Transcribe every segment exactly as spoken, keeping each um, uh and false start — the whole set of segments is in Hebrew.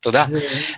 תודה.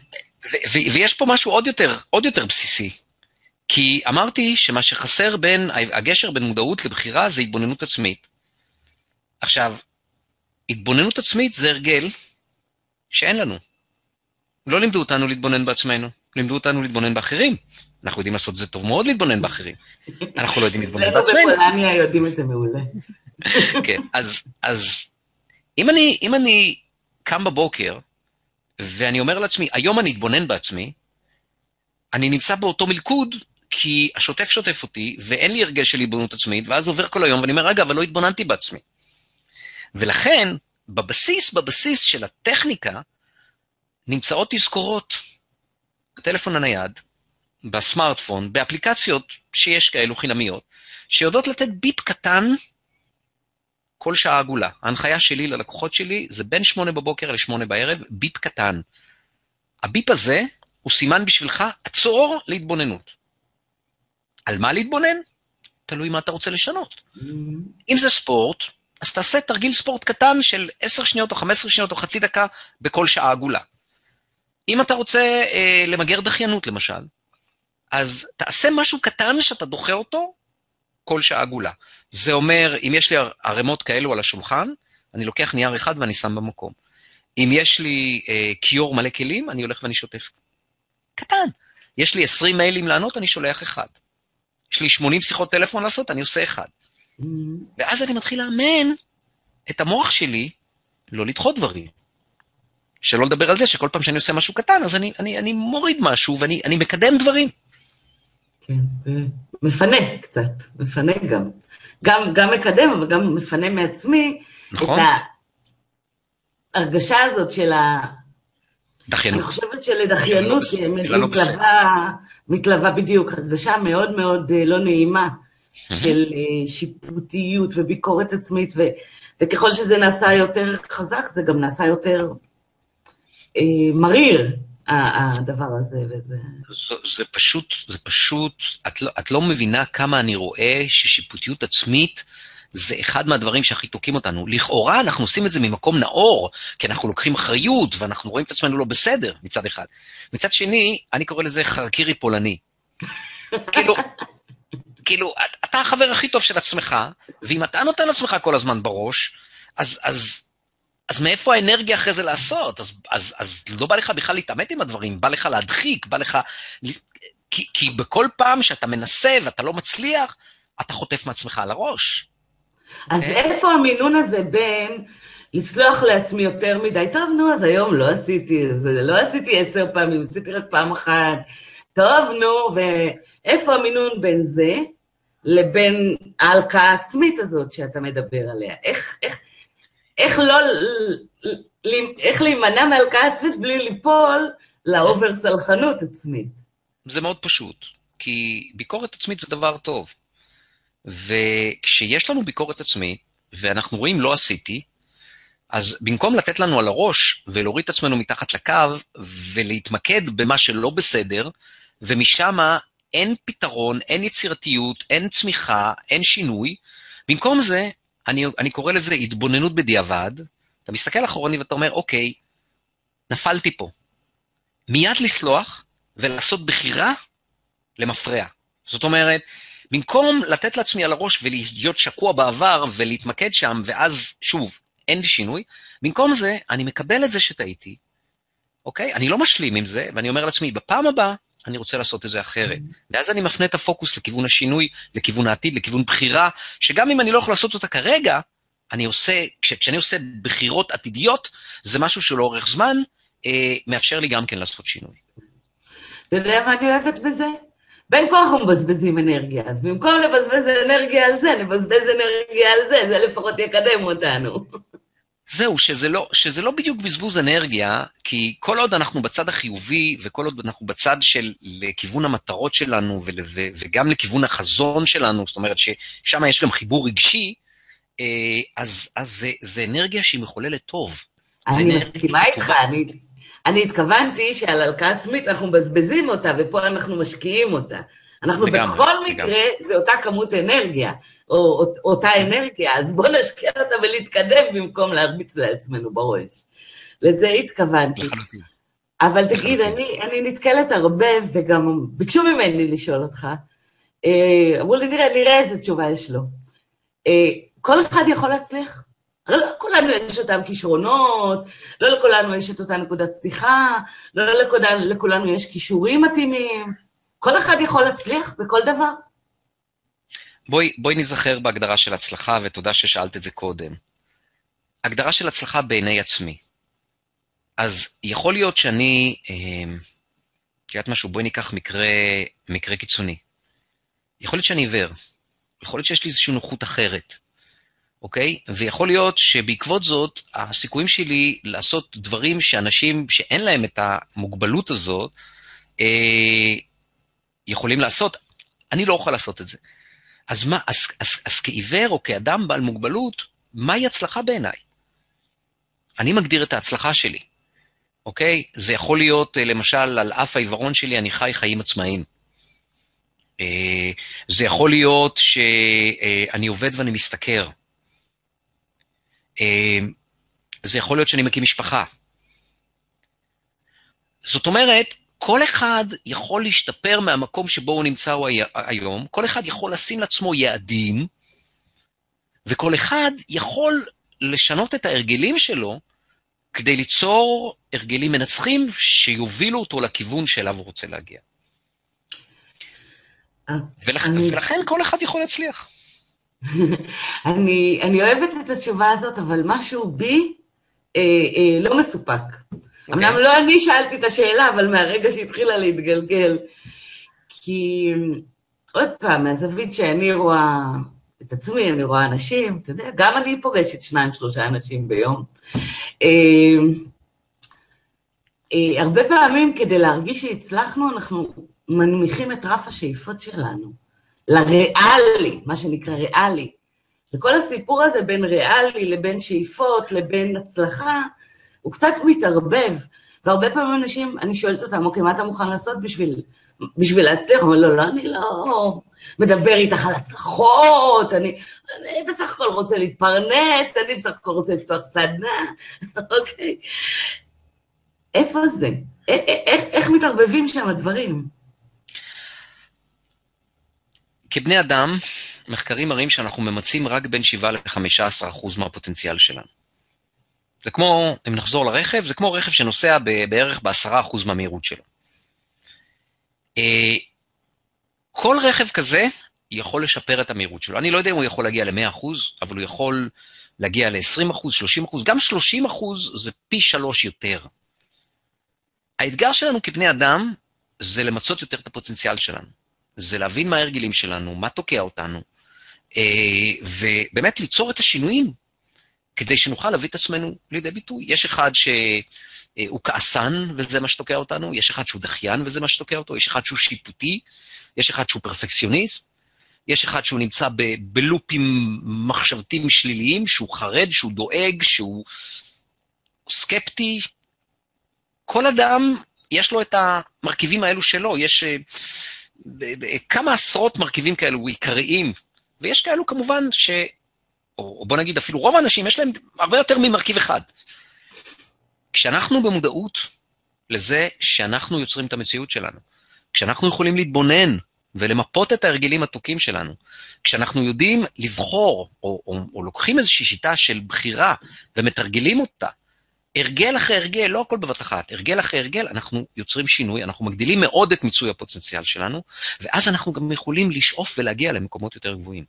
ויש פה משהו עוד יותר, עוד יותר בסיסי. כי אמרתי שמה שחסר בין, הגשר בין מודעות לבחירה זה התבוננות עצמית. עכשיו, התבוננות עצמית זה הרגל שאין לנו. לא לימדו אותנו להתבונן בעצמנו, לימדו אותנו להתבונן באחרים. אנחנו יודעים לעשות את זה טוב מאוד להתבונן באחרים. אנחנו לא יודעים להתבונן בעצמנו. אצלנו בפולניה יודעים את זה מעולה. כן, אז, אז אם אני, אם אני קם בבוקר, ואני אומר לעצמי, היום אני אתבונן בעצמי, אני נמצא באותו מלכוד, כי השוטף שוטף אותי, ואין לי הרגל של התבוננות עצמית, ואז עובר כל היום, ואני אומר, רגע, אבל לא התבוננתי בעצמי. ולכן, בבסיס, בבסיס של הטכניקה, נמצאות תזכורות, בטלפון הנייד, בסמארטפון, באפליקציות שיש כאלו חינמיות, שיודעות לתת ביפ קטן, כל שעה עגולה. ההנחיה שלי ללקוחות שלי, זה בין שמונה בבוקר לשמונה בערב, ביפ קטן. הביפ הזה, הוא סימן בשבילך, עצור להתבוננות. על מה להתבונן? תלוי מה אתה רוצה לשנות. Mm-hmm. אם זה ספורט, אז תעשה תרגיל ספורט קטן של עשר שניות או חמש עשרה שניות או חצי דקה בכל שעה עגולה. אם אתה רוצה אה, למגר דחיינות למשל, אז תעשה משהו קטן שאתה דוחה אותו כל שעה עגולה. זה אומר, אם יש לי ערימות כאלו על השולחן, אני לוקח נייר אחד ואני שם במקום. אם יש לי אה, קיור מלא כלים, אני הולך ואני שוטף. קטן. יש לי עשרים מיילים לענות, אני שולח אחד. יש לי שמונים שיחות טלפון לעשות, אני עושה אחד. Mm-hmm. ואז אני מתחיל לאמן את המוח שלי לא לדחות דברים. שלא לדבר על זה שכל פעם שאני עושה משהו קטן, אז אני, אני, אני מוריד משהו ואני אני מקדם דברים. כן, זה מפנה קצת, מפנה גם. גם, גם מקדם, אבל גם מפנה מעצמי. נכון. את ההרגשה הזאת של ה... דחיינות. אני חושבת שלדחיינות מתלווה, מתלווה בדיוק, הרגשה מאוד מאוד לא נעימה של שיפוטיות וביקורת עצמית, ו, וככל שזה נעשה יותר חזק, זה גם נעשה יותר אה, מריר, הדבר הזה. וזה... זה, זה פשוט, זה פשוט, את לא, את לא מבינה כמה אני רואה ששיפוטיות עצמית, זה אחד מהדברים שהכי תוקעים אותנו. לכאורה אנחנו עושים את זה ממקום נאור, כי אנחנו לוקחים אחריות, ואנחנו רואים את עצמנו לא בסדר, מצד אחד. מצד שני, אני קורא לזה חרקירי פולני. כאילו, כאילו, אתה החבר הכי טוב של עצמך, ואם אתה נותן עצמך כל הזמן בראש, אז, אז, אז מאיפה האנרגיה אחרי זה לעשות? אז, אז, אז לא בא לך בכלל להתאמת עם הדברים, בא לך להדחיק, בא לך... כי, כי בכל פעם שאתה מנסה ואתה לא מצליח, אתה חוטף מעצמך על הראש. אז איפה המינון הזה בין לסלוח לעצמי יותר מדי? טוב, נו, אז היום לא עשיתי, לא עשיתי עשר פעמים, עשיתי רק פעם אחת. טוב, נו, ואיפה המינון בין זה לבין ההלקאה העצמית הזאת שאתה מדבר עליה? איך, איך, איך לא, איך להימנע מההלקאה עצמית בלי ליפול לאובר סלחנות עצמית? זה מאוד פשוט, כי ביקורת עצמית זה דבר טוב. וכשיש לנו ביקורת עצמית, ואנחנו רואים לא עשיתי, אז במקום לתת לנו על הראש, ולהוריד את עצמנו מתחת לקו, ולהתמקד במה שלא בסדר, ומשם אין פתרון, אין יצירתיות, אין צמיחה, אין שינוי, במקום זה, אני, אני קורא לזה התבוננות בדיעבד, אתה מסתכל אחורני ואתה אומר, אוקיי, נפלתי פה. מיד לסלוח, ולעשות בחירה למפרע. זאת אומרת, במקום לתת לעצמי על הראש ולהיות שקוע בעבר ולהתמקד שם, ואז שוב, אין לי שינוי, במקום זה, אני מקבל את זה שטעיתי, אוקיי? אני לא משלים עם זה, ואני אומר לעצמי, בפעם הבאה, אני רוצה לעשות את זה אחרת. ואז אני מפנה את הפוקוס לכיוון השינוי, לכיוון העתיד, לכיוון בחירה, שגם אם אני לא יכול לעשות אותה כרגע, אני עושה, כש, כשאני עושה בחירות עתידיות, זה משהו שלאורך זמן, אה, מאפשר לי גם כן לעשות שינוי. אתה יודע מה אני אוהבת בזה? בין כה אנחנו מבזבזים אנרגיה, אז במקום לבזבז אנרגיה על זה, נבזבז אנרגיה על זה, זה לפחות יקדם אותנו. זהו, שזה לא, שזה לא בדיוק בזבוז אנרגיה, כי כל עוד אנחנו בצד החיובי, וכל עוד אנחנו בצד של לכיוון המטרות שלנו, ו- ו- וגם לכיוון החזון שלנו, זאת אומרת ששם יש גם חיבור רגשי, אז, אז זה, זה אנרגיה שהיא מחוללת טוב. אני מסכימה איתך, אני... אני התכוונתי שעל הלקאה עצמית אנחנו מבזבזים אותה, ופה אנחנו משקיעים אותה. אנחנו בכל מקרה, זה אותה כמות אנרגיה, או אותה אנרגיה, אז בוא נשקיע אותה ולהתקדם במקום להרביץ לעצמנו בראש. לזה התכוונתי. אבל תגיד, לחלוטין. אני, אני נתקלת הרבה, וגם ביקשו ממני לשאול אותך, אה, אמרו לי, נראה, נראה איזה תשובה יש לו. אה, כל אחד יכול להצליח? הרי לא לכולנו יש אותם כישרונות, לא לכולנו יש את אותה נקודת פתיחה, לא לכולנו, לכולנו יש כישורים מתאימים, כל אחד יכול להצליח בכל דבר. בואי, בואי נזכר בהגדרה של הצלחה, ותודה ששאלת את זה קודם. הגדרה של הצלחה בעיני עצמי. אז יכול להיות שאני, את יודעת משהו, בואי ניקח מקרה, מקרה קיצוני. יכול להיות שאני עיוור, יכול להיות שיש לי איזושהי נוחות אחרת, אוקיי? ויכול להיות שבעקבות זאת, הסיכויים שלי לעשות דברים שאנשים שאין להם את המוגבלות הזאת, אה, יכולים לעשות, אני לא אוכל לעשות את זה. אז מה, אז, אז, אז כעיוור או כאדם בעל מוגבלות, מהי הצלחה בעיניי? אני מגדיר את ההצלחה שלי, אוקיי? זה יכול להיות, למשל, על אף העיוורון שלי, אני חי חיים עצמאיים. זה יכול להיות שאני עובד ואני מסתכר. זה יכול להיות שאני מקים משפחה. זאת אומרת, כל אחד יכול להשתפר מהמקום שבו הוא נמצא היום, כל אחד יכול לשים לעצמו יעדים, וכל אחד יכול לשנות את ההרגלים שלו, כדי ליצור הרגלים מנצחים שיובילו אותו לכיוון שאליו הוא רוצה להגיע. ולכ... אני, ולכן כל אחד יכול להצליח. אני, אני אוהבת את התשובה הזאת, אבל משהו בי אה, אה, לא מסופק. Okay. אמנם לא אני שאלתי את השאלה, אבל מהרגע שהתחילה להתגלגל. כי עוד פעם, מהזווית שאני רואה את עצמי, אני רואה אנשים, אתה יודע, גם אני פוגשת שניים, שלושה אנשים ביום. אה, אה, הרבה פעמים כדי להרגיש שהצלחנו, אנחנו מנמיכים את רף השאיפות שלנו. לריאלי, מה שנקרא ריאלי. וכל הסיפור הזה בין ריאלי לבין שאיפות, לבין הצלחה, הוא קצת מתערבב. והרבה פעמים אנשים, אני שואלת אותם, אוקיי, מה אתה מוכן לעשות בשביל, בשביל להצליח? אבל לא, לא, אני לא מדבר איתך על הצלחות, אני, אני בסך הכל רוצה להתפרנס, אני בסך הכל רוצה לפתוח סדנה, אוקיי? איפה זה? איך, איך, איך מתערבבים שם הדברים? כבני אדם, מחקרים מראים שאנחנו ממצים רק בין שבעה ל-חמישה עשר אחוז מהפוטנציאל שלנו. זה כמו, אם נחזור לרכב, זה כמו רכב שנוסע בערך ב-עשרה אחוז מהמהירות שלו. כל רכב כזה יכול לשפר את המהירות שלו. אני לא יודע אם הוא יכול להגיע ל-מאה אחוז, אבל הוא יכול להגיע ל-עשרים אחוז, שלושים אחוז, גם שלושים אחוז זה פי שלוש יותר. האתגר שלנו כבני אדם זה למצות יותר את הפוטנציאל שלנו. זה להבין מה ההרגלים שלנו, מה תוקע אותנו, ובאמת ליצור את השינויים, כדי שנוכל להביא את עצמנו לידי ביטוי. יש אחד שהוא כעסן, וזה מה שתוקע אותנו, יש אחד שהוא דחיין, וזה מה שתוקע אותו, יש אחד שהוא שיפוטי, יש אחד שהוא פרפקציוניסט, יש אחד שהוא נמצא ב- בלופים מחשבתיים שליליים, שהוא חרד, שהוא דואג, שהוא סקפטי. כל אדם יש לו את המרכיבים האלו שלו, יש כמה עשרות מרכיבים כאלו עיקריים, ויש כאלו כמובן ש... או בוא נגיד אפילו רוב האנשים יש להם הרבה יותר ממרכיב אחד. כשאנחנו במודעות לזה שאנחנו יוצרים את המציאות שלנו, כשאנחנו יכולים להתבונן ולמפות את ההרגלים התוקים שלנו, כשאנחנו יודעים לבחור, או, או, או לוקחים איזושהי שיטה של בחירה ומתרגלים אותה, הרגל אחרי הרגל, לא הכל בבת אחת, הרגל אחרי הרגל, אנחנו יוצרים שינוי, אנחנו מגדילים מאוד את מיצוי הפוטנציאל שלנו, ואז אנחנו גם יכולים לשאוף ולהגיע למקומות יותר גבוהים.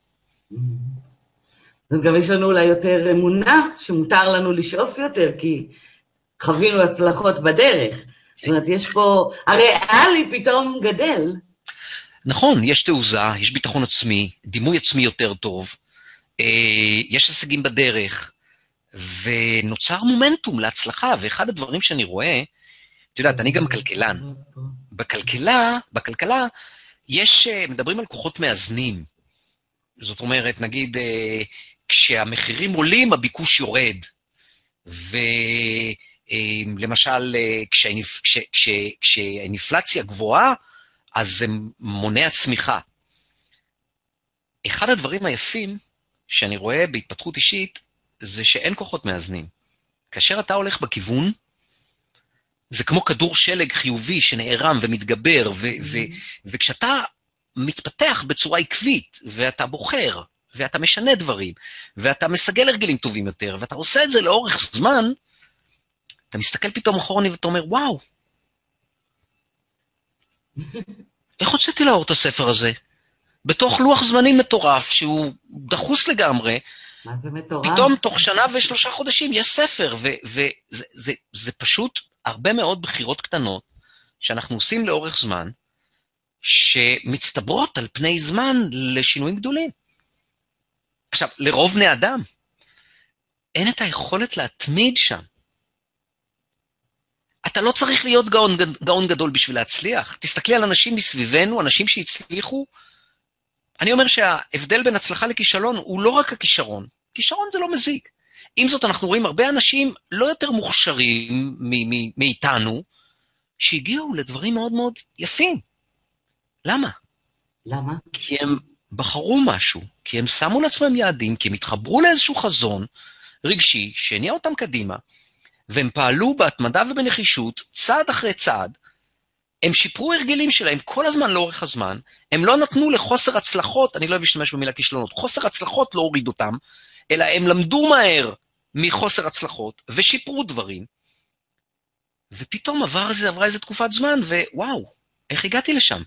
וגם יש לנו אולי יותר אמונה שמותר לנו לשאוף יותר, כי חווינו הצלחות בדרך. זאת אומרת, יש פה, הריאלי פתאום גדל. נכון, יש תעוזה, יש ביטחון עצמי, דימוי עצמי יותר טוב, יש הישגים בדרך, ונוצר מומנטום להצלחה, ואחד הדברים שאני רואה, את יודעת, אני גם כלכלן. בכלכלה, בכלכלה, יש, מדברים על כוחות מאזנים. זאת אומרת, נגיד, כשהמחירים עולים, הביקוש יורד. ולמשל, כשהאינפלציה גבוהה, אז זה מונע צמיחה. אחד הדברים היפים שאני רואה בהתפתחות אישית, זה שאין כוחות מאזנים. כאשר אתה הולך בכיוון, זה כמו כדור שלג חיובי שנערם ומתגבר, ו- ו- וכשאתה מתפתח בצורה עקבית, ואתה בוחר, ואתה משנה דברים, ואתה מסגל הרגלים טובים יותר, ואתה עושה את זה לאורך זמן, אתה מסתכל פתאום אחורני ואתה אומר, וואו, איך הוצאתי לאור את הספר הזה? בתוך לוח זמנים מטורף, שהוא דחוס לגמרי, מה זה מטורף? פתאום תוך שנה ושלושה חודשים יש ספר, וזה זה, זה פשוט הרבה מאוד בחירות קטנות, שאנחנו עושים לאורך זמן, שמצטברות על פני זמן לשינויים גדולים. עכשיו, לרוב בני אדם, אין את היכולת להתמיד שם. אתה לא צריך להיות גאון, גאון גדול בשביל להצליח. תסתכלי על אנשים מסביבנו, אנשים שהצליחו. אני אומר שההבדל בין הצלחה לכישלון הוא לא רק הכישרון. כישרון זה לא מזיק. עם זאת, אנחנו רואים הרבה אנשים לא יותר מוכשרים מאיתנו, שהגיעו לדברים מאוד מאוד יפים. למה? למה? כי הם בחרו משהו, כי הם שמו לעצמם יעדים, כי הם התחברו לאיזשהו חזון רגשי שהניע אותם קדימה, והם פעלו בהתמדה ובנחישות, צעד אחרי צעד, הם שיפרו הרגלים שלהם כל הזמן לאורך הזמן, הם לא נתנו לחוסר הצלחות, אני לא אוהב להשתמש במילה כישלונות, חוסר הצלחות לא הוריד אותם, אלא הם למדו מהר מחוסר הצלחות, ושיפרו דברים, ופתאום עבר איזה, עברה איזה תקופת זמן, ווואו, איך הגעתי לשם?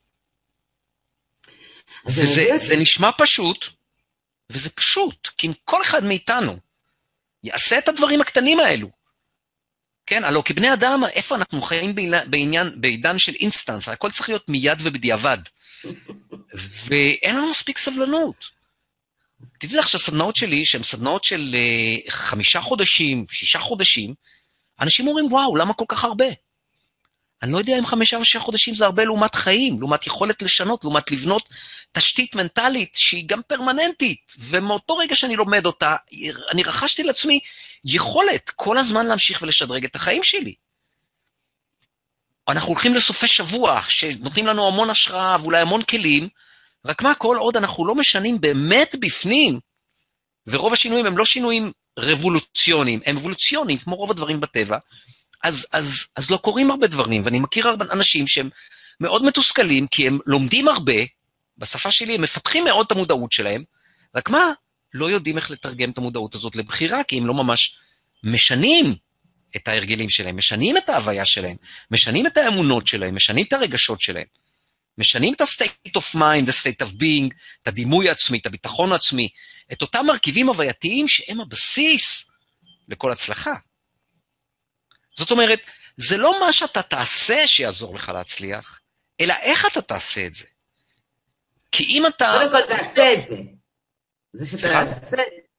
וזה זה נשמע פשוט, וזה פשוט, כי אם כל אחד מאיתנו יעשה את הדברים הקטנים האלו, כן, הלוא כבני אדם, איפה אנחנו חיים בעניין, בעידן של אינסטנס, הכל צריך להיות מיד ובדיעבד, ואין לנו מספיק סבלנות. תדעי לך שהסדנאות שלי, שהן סדנאות של uh, חמישה חודשים, שישה חודשים, אנשים אומרים, וואו, למה כל כך הרבה? אני לא יודע אם חמישה ושישה חודשים זה הרבה לעומת חיים, לעומת יכולת לשנות, לעומת לבנות תשתית מנטלית שהיא גם פרמננטית, ומאותו רגע שאני לומד אותה, אני רכשתי לעצמי יכולת כל הזמן להמשיך ולשדרג את החיים שלי. אנחנו הולכים לסופי שבוע, שנותנים לנו המון השראה ואולי המון כלים, רק מה, כל עוד אנחנו לא משנים באמת בפנים, ורוב השינויים הם לא שינויים רבולוציוניים, הם אבולוציוניים, כמו רוב הדברים בטבע, אז, אז, אז לא קוראים הרבה דברים, ואני מכיר הרבה אנשים שהם מאוד מתוסכלים, כי הם לומדים הרבה, בשפה שלי הם מפתחים מאוד את המודעות שלהם, רק מה, לא יודעים איך לתרגם את המודעות הזאת לבחירה, כי הם לא ממש משנים את ההרגלים שלהם, משנים את ההוויה שלהם, משנים את האמונות שלהם, משנים את הרגשות שלהם, משנים את ה-state of mind, the state of being, את הדימוי העצמי, את הביטחון העצמי, את אותם מרכיבים הווייתיים שהם הבסיס לכל הצלחה. זאת אומרת, זה לא מה שאתה תעשה שיעזור לך להצליח, אלא איך אתה תעשה את זה. כי אם אתה... קודם כל תעשה את זה. זה שאתה תעשה...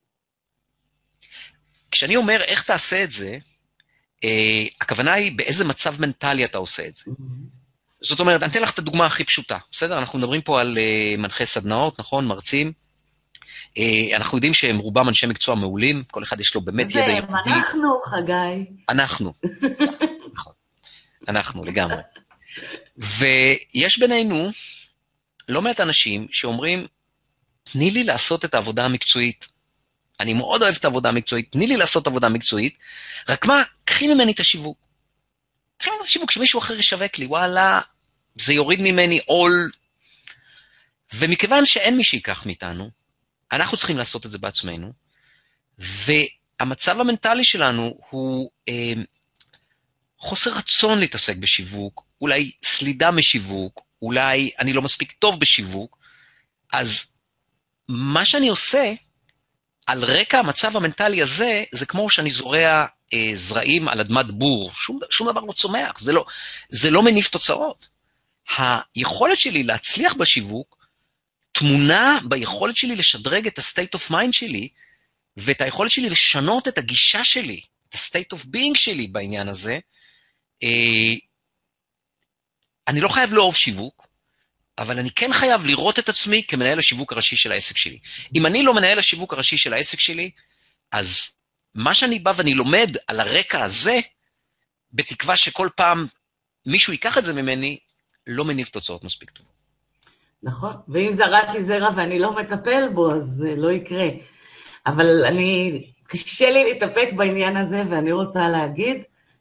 כשאני אומר איך תעשה את זה, אה, הכוונה היא באיזה מצב מנטלי אתה עושה את זה. זאת אומרת, אני אתן לך את הדוגמה הכי פשוטה, בסדר? אנחנו מדברים פה על אה, מנחי סדנאות, נכון? מרצים. אה, אנחנו יודעים שהם רובם אנשי מקצוע מעולים, כל אחד יש לו באמת ידע ייחודי. אנחנו, חגי. אנחנו. נכון. אנחנו, לגמרי. ויש בינינו לא מעט אנשים שאומרים, תני לי לעשות את העבודה המקצועית. אני מאוד אוהב את העבודה המקצועית, תני לי לעשות עבודה מקצועית, רק מה, קחי ממני את השיווק. קחי ממני את השיווק, שמישהו אחר ישווק לי, וואלה, זה יוריד ממני עול. ומכיוון שאין מי שיקח מאיתנו, אנחנו צריכים לעשות את זה בעצמנו, והמצב המנטלי שלנו הוא אה, חוסר רצון להתעסק בשיווק, אולי סלידה משיווק, אולי אני לא מספיק טוב בשיווק, אז מה שאני עושה, על רקע המצב המנטלי הזה, זה כמו שאני זורע אה, זרעים על אדמת בור, שום, שום דבר לא צומח, זה לא, זה לא מניב תוצאות. היכולת שלי להצליח בשיווק, תמונה ביכולת שלי לשדרג את ה-state of mind שלי, ואת היכולת שלי לשנות את הגישה שלי, את ה-state of being שלי בעניין הזה, אה, אני לא חייב לאהוב שיווק, אבל אני כן חייב לראות את עצמי כמנהל השיווק הראשי של העסק שלי. אם אני לא מנהל השיווק הראשי של העסק שלי, אז מה שאני בא ואני לומד על הרקע הזה, בתקווה שכל פעם מישהו ייקח את זה ממני, לא מניב תוצאות מספיק טוב. נכון, ואם זרעתי זרע ואני לא מטפל בו, אז זה לא יקרה. אבל אני, קשה לי להתאפק בעניין הזה, ואני רוצה להגיד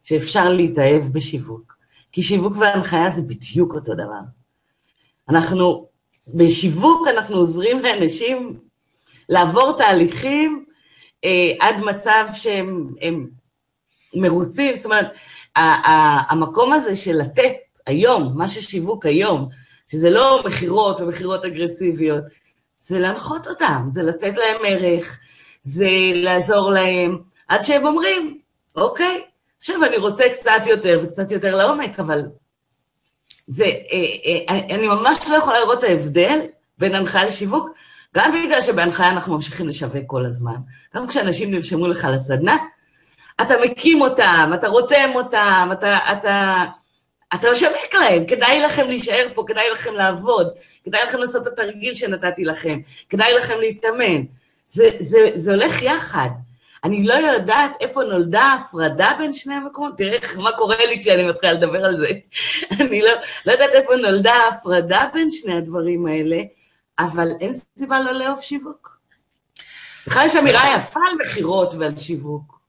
שאפשר להתאהב בשיווק. כי שיווק והנחיה זה בדיוק אותו דבר. אנחנו, בשיווק אנחנו עוזרים לאנשים לעבור תהליכים אה, עד מצב שהם הם מרוצים, זאת אומרת, המקום הזה של לתת היום, מה ששיווק היום, שזה לא מחירות ומחירות אגרסיביות, זה להנחות אותם, זה לתת להם ערך, זה לעזור להם, עד שהם אומרים, אוקיי, עכשיו אני רוצה קצת יותר וקצת יותר לעומק, אבל זה, אני ממש לא יכולה לראות את ההבדל בין הנחיה לשיווק, גם בגלל שבהנחיה אנחנו ממשיכים לשווק כל הזמן, גם כשאנשים נרשמו לך לסדנה, אתה מקים אותם, אתה רותם אותם, אתה, אתה, אתה משווק להם, כדאי לכם להישאר פה, כדאי לכם לעבוד, כדאי לכם לעשות את התרגיל שנתתי לכם, כדאי לכם להתאמן. זה, זה, זה הולך יחד. אני לא יודעת איפה נולדה ההפרדה בין שני המקומות, תראה מה קורה לי כשאני מתחילה לדבר על זה. אני לא, לא יודעת איפה נולדה ההפרדה בין שני הדברים האלה, אבל אין סיבה לא לאהוב שיווק. בכלל יש אמירה יפה על מחירות ועל שיווק.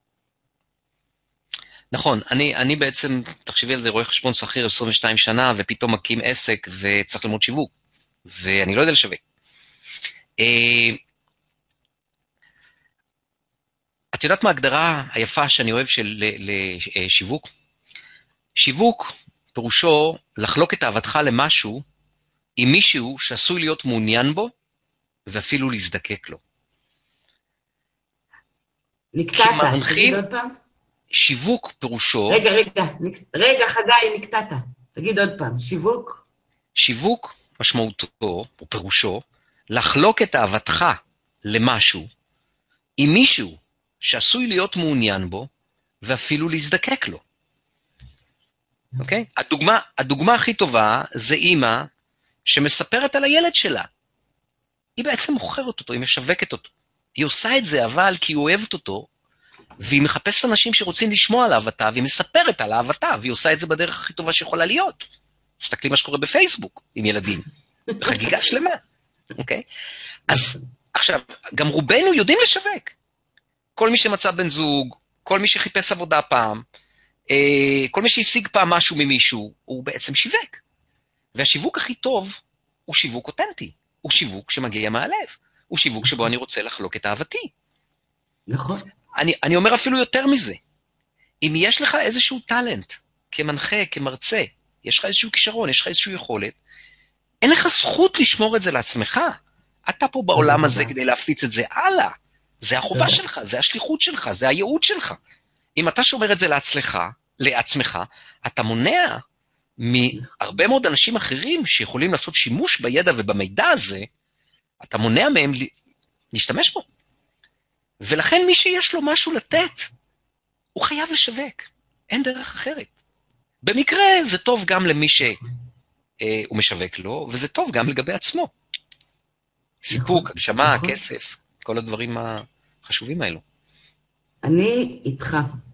נכון, אני, אני בעצם, תחשבי על זה, רואה חשבון שכיר עשרים ושתיים שנה, ופתאום מקים עסק וצריך ללמוד שיווק, ואני לא יודע לשווק. את יודעת מה ההגדרה היפה שאני אוהב של לשיווק? שיווק פירושו לחלוק את אהבתך למשהו עם מישהו שעשוי להיות מעוניין בו, ואפילו להזדקק לו. נקטעת, תגיד עוד פעם. שיווק פירושו... רגע, רגע, רגע, חגי, נקטעת. תגיד עוד פעם, שיווק? שיווק משמעותו, או פירושו, לחלוק את אהבתך למשהו, עם מישהו שעשוי להיות מעוניין בו, ואפילו להזדקק לו. אוקיי? הדוגמה, הדוגמה הכי טובה זה אמא שמספרת על הילד שלה. היא בעצם מוכרת אותו, היא משווקת אותו. היא עושה את זה, אבל כי היא אוהבת אותו, והיא מחפשת אנשים שרוצים לשמוע על אהבתה, והיא מספרת על אהבתה, והיא עושה את זה בדרך הכי טובה שיכולה להיות. תסתכלי מה שקורה בפייסבוק עם ילדים, בחגיגה שלמה, אוקיי? אז עכשיו, גם רובנו יודעים לשווק. כל מי שמצא בן זוג, כל מי שחיפש עבודה פעם, כל מי שהשיג פעם משהו ממישהו, הוא בעצם שיווק. והשיווק הכי טוב הוא שיווק אותנטי, הוא שיווק שמגיע מהלב, הוא שיווק שבו אני רוצה לחלוק את אהבתי. נכון. אני, אני אומר אפילו יותר מזה. אם יש לך איזשהו טלנט, כמנחה, כמרצה, יש לך איזשהו כישרון, יש לך איזשהו יכולת, אין לך זכות לשמור את זה לעצמך. אתה פה בעולם הזה כדי להפיץ את זה הלאה. זה החובה שלך, זה השליחות שלך, זה הייעוד שלך. אם אתה שומר את זה לעצמך, לעצמך, אתה מונע מהרבה מאוד אנשים אחרים שיכולים לעשות שימוש בידע ובמידע הזה, אתה מונע מהם להשתמש בו. ולכן מי שיש לו משהו לתת, הוא חייב לשווק. אין דרך אחרת. במקרה זה טוב גם למי שהוא משווק לו, וזה טוב גם לגבי עצמו. סיפוק, הגשמה, כסף, כל הדברים החשובים האלו. אני איתך.